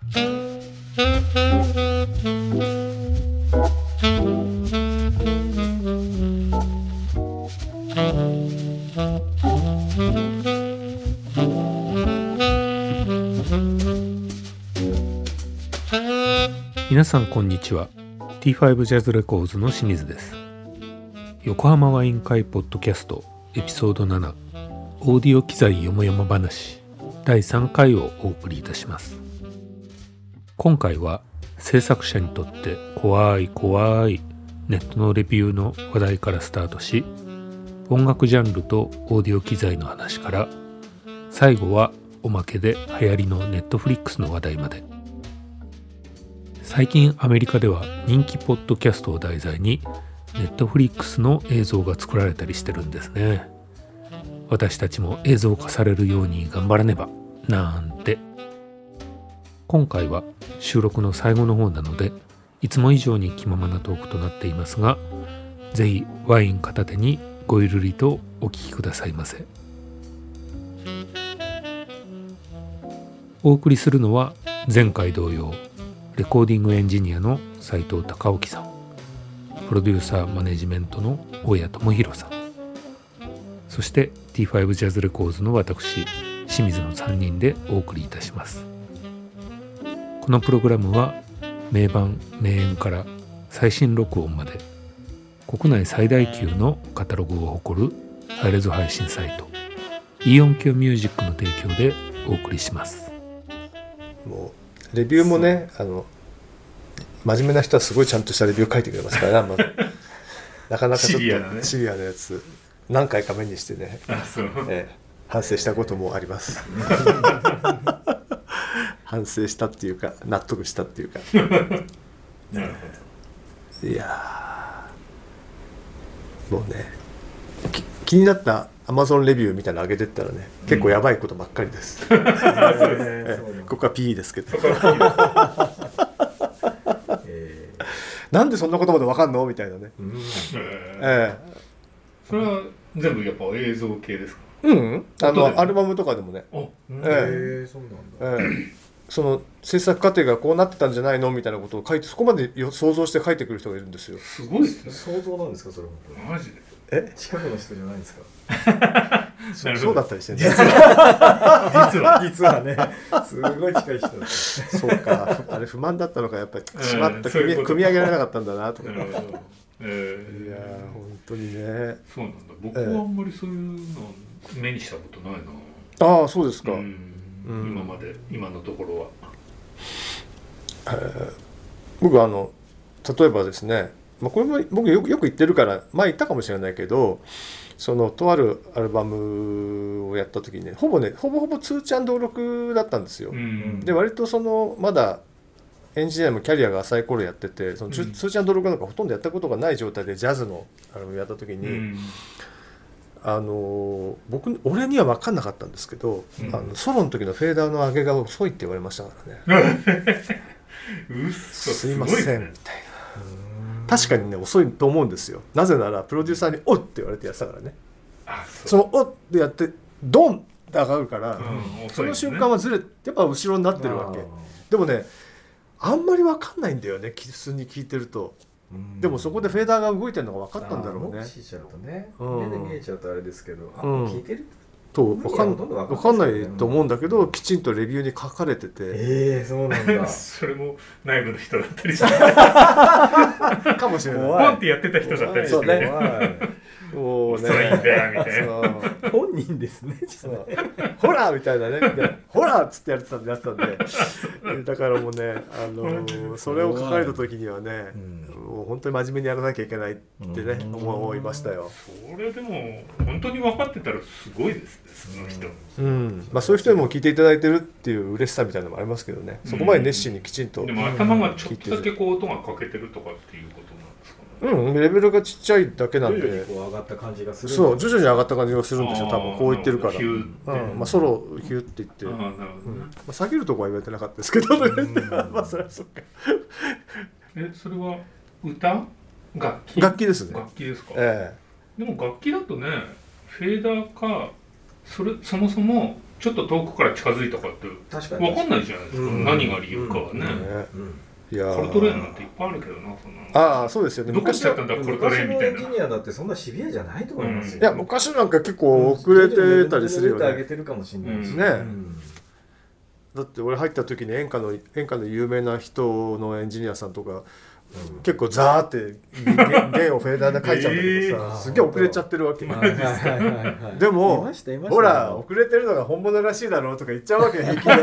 皆さんこんにちは。 T5 ジャズレコーズの清水です。横浜ワイン会ポッドキャストエピソード7、オーディオ機材よもやま話第3回をお送りいたします。今回は制作者にとって怖いネットのレビューの話題からスタートし、音楽ジャンルとオーディオ機材の話から、最後はおまけで流行りのネットフリックスの話題まで。最近アメリカでは人気ポッドキャストを題材にネットフリックスの映像が作られたりしてるんですね。私たちも映像化されるように頑張らねばなんて。今回は収録の最後の方なので、いつも以上に気ままなトークとなっていますが、ぜひワイン片手にごゆるりとお聞きくださいませ。お送りするのは前回同様、レコーディングエンジニアの斉藤孝興さん、プロデューサーマネジメントの大谷智弘さん、そして T5 ジャズレコーズの私清水の3人でお送りいたします。このプログラムは名盤名演から最新録音まで国内最大級のカタログを誇るハイレゾ配信サイトイオンキョミュージックの提供でお送りします。 もうレビューもね、真面目な人はすごいちゃんとしたレビュー書いてくれますからね。なかなかちょっとシビアなやつ何回か目にしてね、反省したこともあります。反省したっていうか納得したっていうかなるほど。いやもうね、気になったAmazon レビューみたいなの上げてったらね、結構やばいことばっかりです。ここは P ですけど。なんでそんなことまで分かんのみたいなね。 それは全部やっぱ映像系ですか？ アルバムとかでもね。そうなんだ。その制作過程がこうなってたんじゃないのみたいなことを書いて、そこまで想像して書いてくる人がいるんですよ。 すごいですね。 想像なんですかそれは？ マジで？ 近くの人じゃないんですか？ そうだったりしてね。 実はね、すごい近い人だった。 そうか、あれ不満だったのか、やっぱりしまった組み上げられなかったんだなとか。いや本当にね。 そうなんだ。僕はあんまりそういうの目にしたことないな。 ああ、そうですか。 今のところは。 僕例えばですね、これも僕よく言ってるから前言ったかもしれないけど、そのとあるアルバムをやった時にね、ほぼ通知&登録だったんですよ。で割とそのまだエンジニアもキャリアが浅い頃やってて、その通知&登録なんかほとんどやったことがない状態でジャズのアルバムやった時に、俺には分かんなかったんですけど、ソロの時のフェーダーの上げが遅いって言われましたからね。すいませんみたいな。確かにね、遅いと思うんですよ。なぜならプロデューサーにおっって言われてやってたからね。そのおってやってドンって上がるから、その瞬間はずれてやっぱ後ろになってるわけ。でもね、あんまり分かんないんだよね、普通に聞いてると。でもそこでフェーダーが動いてるのが分かったんだろうね。 目視しちゃうとね、目で見えちゃうとあれですけど、聞いてると分かんないと思うんだけど、きちんとレビューに書かれてて、 そうなんだ。 それも内部の人だったりしてかもしれない。 ポンってやってた人だったりしてね。 もうね、 そういいんだよみたいな。本人ですね。 ほらみたいなね、ほらっつってやってたんで、だからもうね、それを書かれた時にはね、もう本当に真面目にやらなきゃいけないってね、思いましたよ。 それでも本当に分かってたらすごいですね、その人。 そういう人にも聞いていただいてるっていう嬉しさみたいなのもありますけどね。そこまで熱心にきちんと。 でも頭がちょっとだけこう音が欠けてるとかっていうことなんですかね。 レベルがちっちゃいだけなんで、 徐々にこう上がった感じがする。 そう、徐々に上がった感じがするんですよ。多分こう言ってるから。ソロヒューって言って、下げるとこは言われてなかったですけど、まあそれはそっか。 それは歌？ 楽器ですね。 楽器ですか。でも楽器だとね、フェーダーかそもそもちょっと遠くから近づいたかって確かに分かんないじゃないですか、何が理由かはね、 いやコルトレーンなんていっぱいあるけどな、そんなの。 ああそうですよね。 どこ行っちゃったんだコルトレーンみたいな。 昔のエンジニアだってそんなシビアじゃないと思いますよ。 いや昔なんか結構遅れてたりするよあげね。 てるかもしれないしねだって俺入った時に演歌の有名な人のエンジニアさんとか、結構ザーって弦をフェーダーで書いちゃうんだけどさ、すげえ遅れちゃってるわけ。でもほら遅れてるのが本物らしいだろうとか言っちゃうわけ平気で。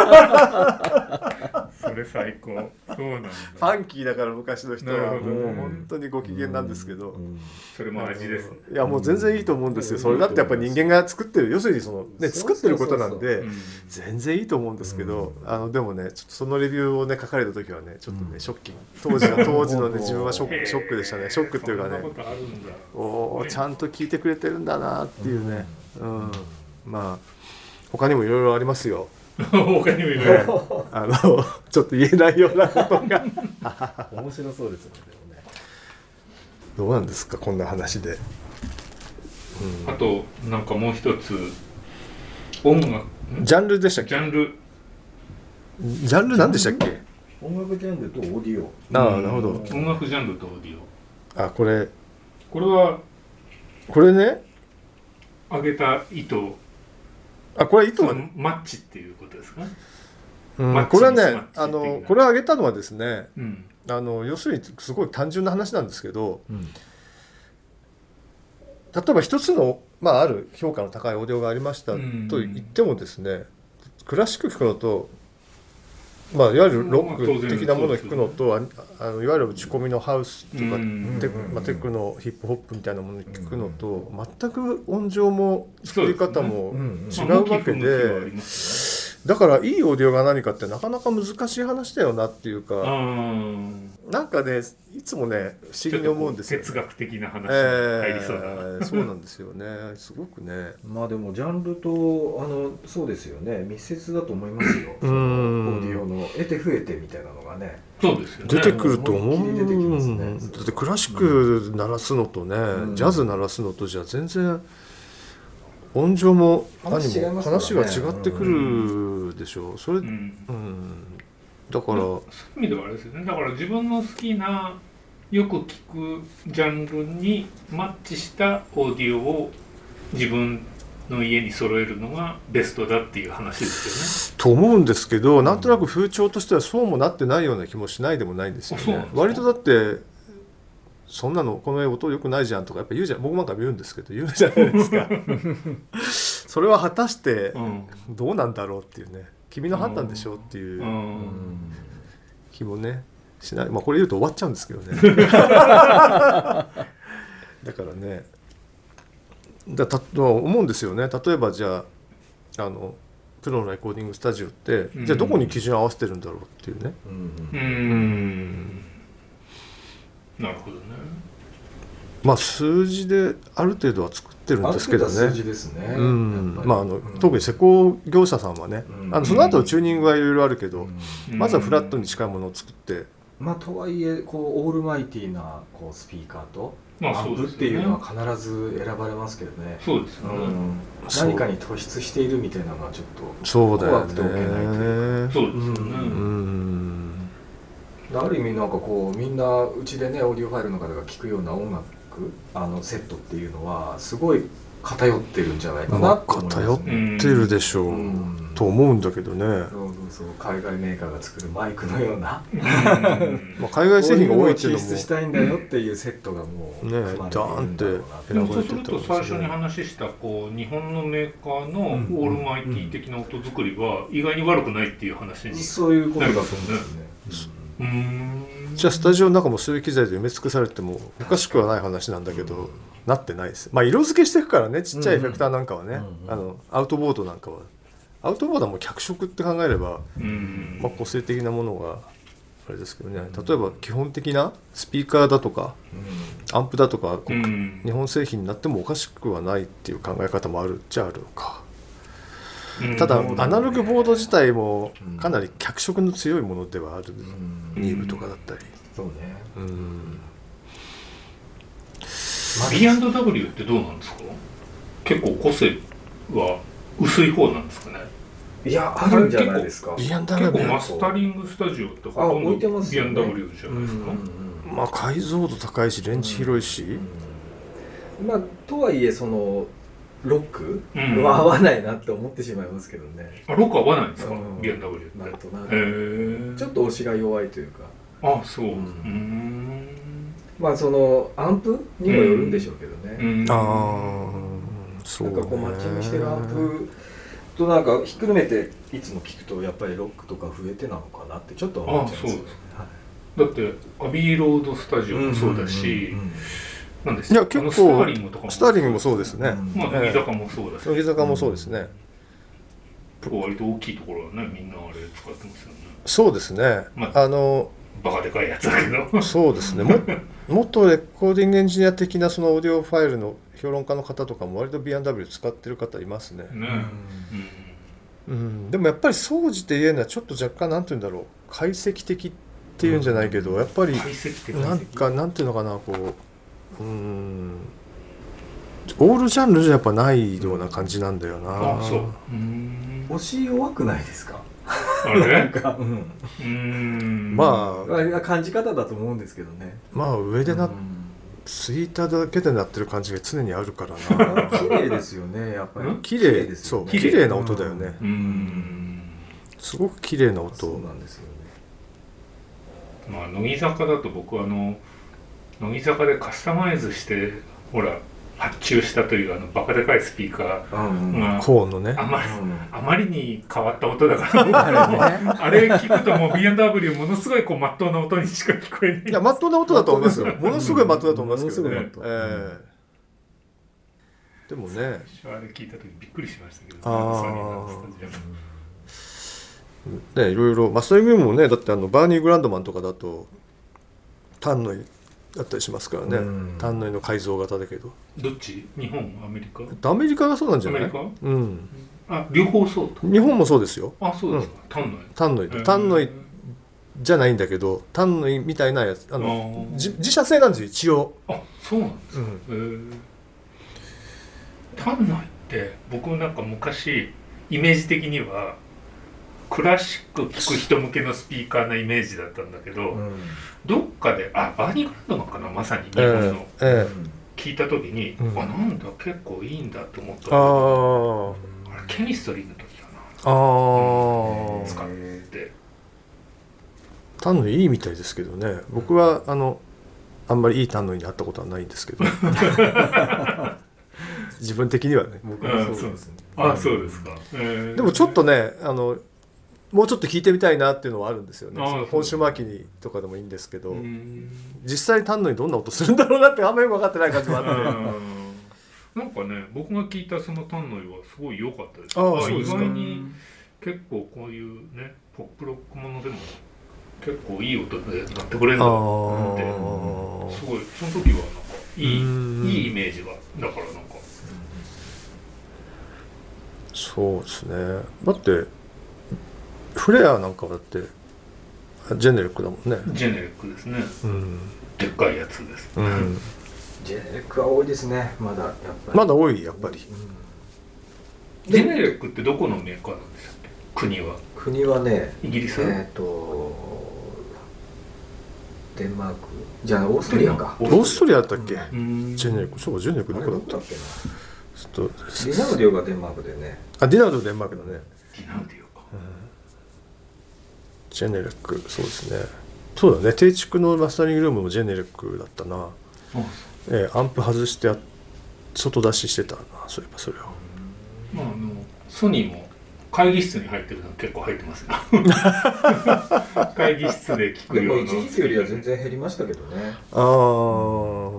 それ最高。そうなんだ。 ファンキーだから昔の人はなるほどもう本当にご機嫌なんですけど、 それも味ですね。 いやもう全然いいと思うんですよ。それだってやっぱり人間が作ってる、要するにそのね作ってることなんで全然いいと思うんですけど、でもねちょっとそのレビューをね書かれた時はねちょっとねショッキング、当時のね自分はショックでしたね。ショックっていうかね、おーちゃんと聞いてくれてるんだなっていうね、まあ他にもいろいろありますよ。 他にもいろいろちょっと言えないようなことが面白そうですよね。 どうなんですかこんな話で。 あとなんかもう一つ音楽ジャンルでしたっけ？ ジャンル何でしたっけ？ 音楽ジャンルとオーディオ。 ああなるほど。 音楽ジャンルとオーディオ。 あこれね上げた糸。 これ糸がマッチっていうことですかね。 これはねこれを挙げたのはですね、要するにすごい単純な話なんですけど、例えば一つの、ある評価の高いオーディオがありましたと言ってもですね、クラシック聴くのと、いわゆるロック的なものを聴くのと、いわゆる打ち込みのハウスとかテクノヒップホップみたいなものを聴くのと全く音情も作り方も違うわけで、だからいいオーディオが何かってなかなか難しい話だよなっていうか、なんかねいつもね不思議に思うんですよ、 哲学的な話に入りそうだな、 そうなんですよね。すごくねでもジャンルとそうですよね、密接だと思いますよ。そのオーディオの得て増えてみたいなのがね、 そうですよね、 出てくると思う。 出てきますね。 だってクラシック鳴らすのとね、ジャズ鳴らすのとじゃ全然音情も話が違ってくるでしょ。それ、だからそういう意味ではあれですよね。だから自分の好きなよく聞くジャンルにマッチしたオーディオを自分の家に揃えるのがベストだっていう話ですよね。 と思うんですけど、なんとなく風潮としてはそうもなってないような気もしないでもないんですよね。割とだってそんなのこの絵音良くないじゃんとかやっぱ言うじゃん。僕なんか言うんですけど言うじゃないですかそれは果たしてどうなんだろうっていうね、君の判断でしょうっていう気もねしない。これ言うと終わっちゃうんですけどねだからね思うんですよね。例えばじゃあプロのレコーディングスタジオってじゃあどこに基準を合わせてるんだろうっていうね。 なるほどね。 数字である程度は作ってるんですけどね。 数字ですね。 特に施工業者さんはね、その後のチューニングはいろいろあるけど、まずはフラットに近いものを作って、 とはいえオールマイティーなスピーカーとアンプっていうのは必ず選ばれますけどね。 そうですよね。 何かに突出しているみたいなのはちょっとそうだよね。 怖くておけないというか。 そうですよね。 ある意味みんなうちでねオーディオファイルの方が聴くような音楽セットっていうのはすごい偏ってるんじゃないかなと思いますね。 偏ってるでしょう、と思うんだけどね。 そう海外メーカーが作るマイクのような海外製品が多いっていうのも抽出したいんだよっていうセットがもうねダーンって選ばれてた。そうすると最初に話した日本のメーカーのオールマイティ的な音作りは意外に悪くないっていう話になりますそういうことだと思うんですね。 じゃあスタジオの中もそういう機材で埋め尽くされてもおかしくはない話なんだけど、なってないです。色付けしていくからね、ちっちゃいエフェクターなんかはね、アウトボードなんかはアウトボードはもう脚色って考えれば、個性的なものがあれですけどね。例えば基本的なスピーカーだとか、アンプだとか、日本製品になってもおかしくはないっていう考え方もあるっちゃあるのか。ただアナログボード自体もかなり脚色の強いものではある、ニーブとかだったり。 そうね。 B&W ってどうなんですか？結構個性は薄い方なんですかね。 いやあるんじゃないですか。 結構マスタリングスタジオってほとんど B&W じゃないですか。 まあ解像度高いしレンジ広いし、 まあとはいえそのロックは合わないなって思ってしまいますけどね。 ロック合わないんですか、B&W って。 なんとなくちょっと押しが弱いというか。 あ、そう。 まあそのアンプにもよるんでしょうけどね。 そうね。 なんかこうマッチングしてるアンプとなんかひっくるめていつも聞くとやっぱりロックとか増えてなのかなってちょっと思っちゃいますよね。 だってアビーロードスタジオもそうだし、なんですいや結構スターリングとかもスターリングもそうですね。 まあ乃木坂もそうだし、 乃木坂もそうですね。 割と大きいところはねみんなあれ使ってますよね。 そうですね。 まあバカでかいやつだけど。 そうですね。元レコーディングエンジニア的なそのオーディオファイルの評論家の方とかも割と B&W 使ってる方いますね。でもやっぱり総じて言えるのはちょっと若干なんていうんだろう、解析的っていうんじゃないけど、やっぱりなんかなんていうのかな、こうオールジャンルじゃやっぱないような感じなんだよな。 そう。 押し弱くないですか。 あれなんかまあ感じ方だと思うんですけどね。 まあ上でツイーターだけで鳴ってる感じが常にあるからな。 綺麗ですよね、やっぱり。 綺麗です。そう、綺麗な音だよね。すごく綺麗な音。 そうなんですよね。 まあ乃木坂だと僕は乃木坂でカスタマイズしてほら発注したというバカでかいスピーカーがコーンのね、 あまりに変わった音だからあれ聞くともう B&W ものすごいこう真っ当な音にしか聞こえない。 いや真っ当な音だと思いますよ。ものすごい真っ当だと思いますけどね。でもね、 あれ聞いた時びっくりしましたけど、ソニーのスタジアムね、いろいろマスタリングもね、だってバーニー・グランドマンとかだと単ノイだったりしますからね。単ノイの改造型だけど。 どっち？日本？アメリカ？ アメリカがそうなんじゃない？ アメリカ？両方そう。 日本もそうですよ。 あ、そうですか。 単ノイじゃないんだけど、単ノイみたいなやつ、自社製なんですよ一応。 あ、そうなんですか。単ノイって僕なんか昔イメージ的にはクラシック聴く人向けのスピーカーなイメージだったんだけど、どっかでバーニー・グランドマンかな、まさに日本の聞いた時に、なんだ結構いいんだと思ったあれケミストリーの時かな、使って単ノイいいみたいですけどね。僕はあんまりいい単ノイに会ったことはないんですけど自分的にはね。 僕はそうですね。 そうですか。 でもちょっとねもうちょっと聞いてみたいなっていうのはあるんですよね。本州マーキーとかでもいいんですけど、実際単ノイどんな音するんだろうなってあんまりよく分かってない感じもあってなんかね、僕が聞いたその単ノイはすごい良かったです。意外に結構こういうねポップロックものでも結構いい音で鳴ってくれるんだってすごいその時はなんかいいイメージがだからなんかそうですね。だってフレアなんかだってジェネリックだもんね。 ジェネリックですね。でっかいやつです。 ジェネリックは多いですね。まだやっぱり。 まだ多いやっぱり。 ジェネリックってどこのメーカーなんでしたっけ？国はね、 イギリス？ デンマークじゃあオーストリアか。 オーストリアだったっけ？ジェネリック。そうか、ジェネリックどこだったっけな。 ディナウディオがデンマークでね。 ディナウディオデンマークだね。 ディナウディオか。 ジェネリック、そうですね。そうだね。定築のマスタリングルームもジェネリックだったな。アンプ外して外出ししてたな。そういえばそれを。 まあソニーも会議室に入ってるの結構入ってますね。会議室で聞くような。 一時期よりは全然減りましたけどね。 こ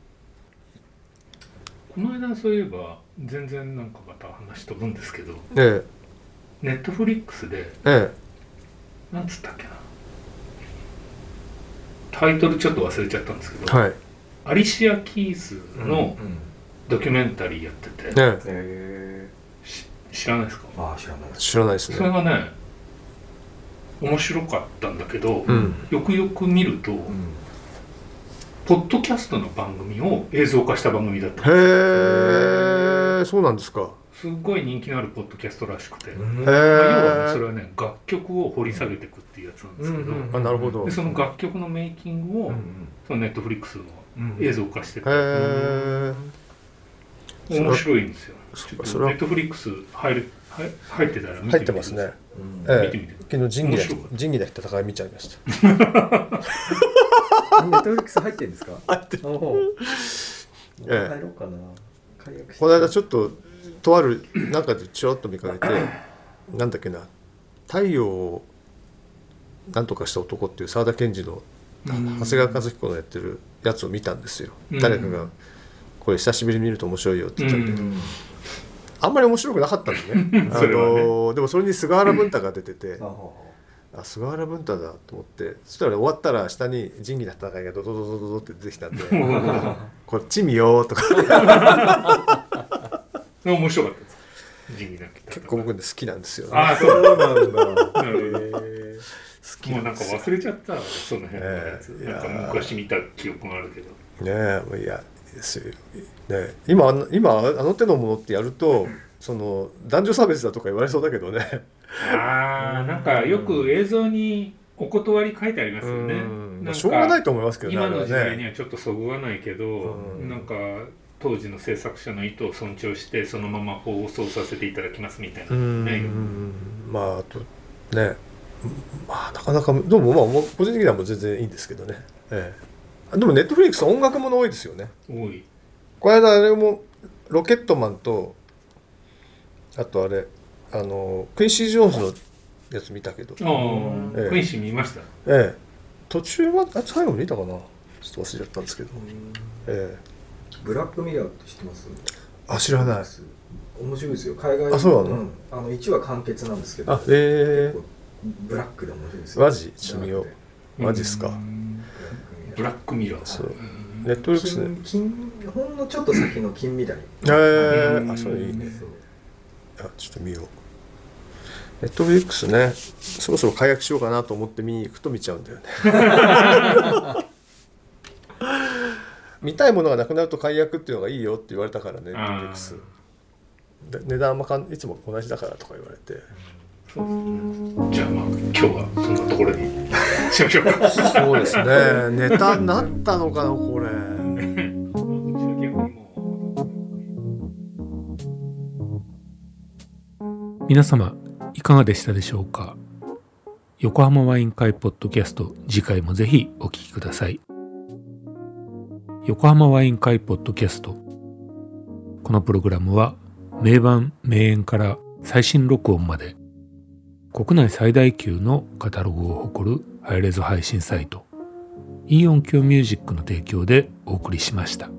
の間そういえば全然なんかまた話飛ぶんですけど、ネットフリックスで、なんつったっけな、タイトルちょっと忘れちゃったんですけど、アリシア・キースのドキュメンタリーやってて、知らないですか？ 知らないですね。 それがね面白かったんだけど、よくよく見ると、ポッドキャストの番組を映像化した番組だったんです。 え、そうなんですか。 すごい人気のあるポッドキャストらしくて、 へ要はえ。 それはね、楽曲を掘り下げていくっていうやつなんですけど、 あ、なるほど。 でその楽曲のメイキングを、そのネットフリックスの映像化してて、 へえ。 面白いんですよ。 そちょっそれはとネットフリックス入ってたら見てみてください。 入ってますね。 見てみて。 昨日仁義なき戦い見ちゃいました。 ネットフリックス入ってるんですか？ 入ってる。 入ろうかな。解約して。 この間ちょっととあるなんかでちょろっと見かけて、なんだっけな、太陽をなんとかした男っていう沢田研二の長谷川和彦のやってるやつを見たんですよ。誰かがこれ久しぶりに見ると面白いよって言ったんで、あんまり面白くなかったんでね。でもそれに菅原文太が出てて、あ、菅原文太だと思って、そしたら終わったら下に仁義なき戦いがドドドドドドって出てきたんでこっち見ようとか面白かったです。仁義なき戦い結構僕好きなんですよね。 あ、そうなんだ。 好きもうなんか忘れちゃったその辺のやつ、なんか昔見た記憶があるけどねえ、いやですよね。今あの手のものってやるとその男女差別だとか言われそうだけどね。 なんかよく映像にお断り書いてありますよね。なんかしょうがないと思いますけどね。 今の時代にはちょっとそぐわないけど、なんか当時の制作者の意図を尊重してそのまま放送させていただきますみたいなね。 まああとね、まあなかなかでもまあ個人的にはもう全然いいんですけどね。でもネットフリックス音楽もの多いですよね。 多い。 この間あれもロケットマンとあとあれクインシー・ジョーンズのやつ見たけど、クインシー見ました。 途中は最後見たかな、ちょっと忘れちゃったんですけど、 ブラックミラーって知ってます？ あ、知らない。 面白いですよ。海外。 あ、そうなの ？1話完結なんですけど、 あ、 ブラックで面白いですよ。 マジ？ちょっと見よう。マジっすか。 ブラックミラー。 そう。ネットフリックスね。 ほんのちょっと先の近未来。 あ、それいいね。ちょっと見よう。ネットフリックスね、そろそろ解約しようかなと思って見に行くと見ちゃうんだよね。見たいものがなくなると解約っていうのがいいよって言われたからね、ネットフリックス。値段はいつも同じだからとか言われて。 じゃあまあ今日はそんなところにしましょうか。 そうですね。ネタになったのかなこれ。 皆様いかがでしたでしょうか。横浜ワイン会ポッドキャスト、次回もぜひお聞きください。横浜ワイン会ポッドキャスト、このプログラムは名盤名演から最新録音まで国内最大級のカタログを誇るハイレゾ配信サイトイーオンキョミュージックの提供でお送りしました。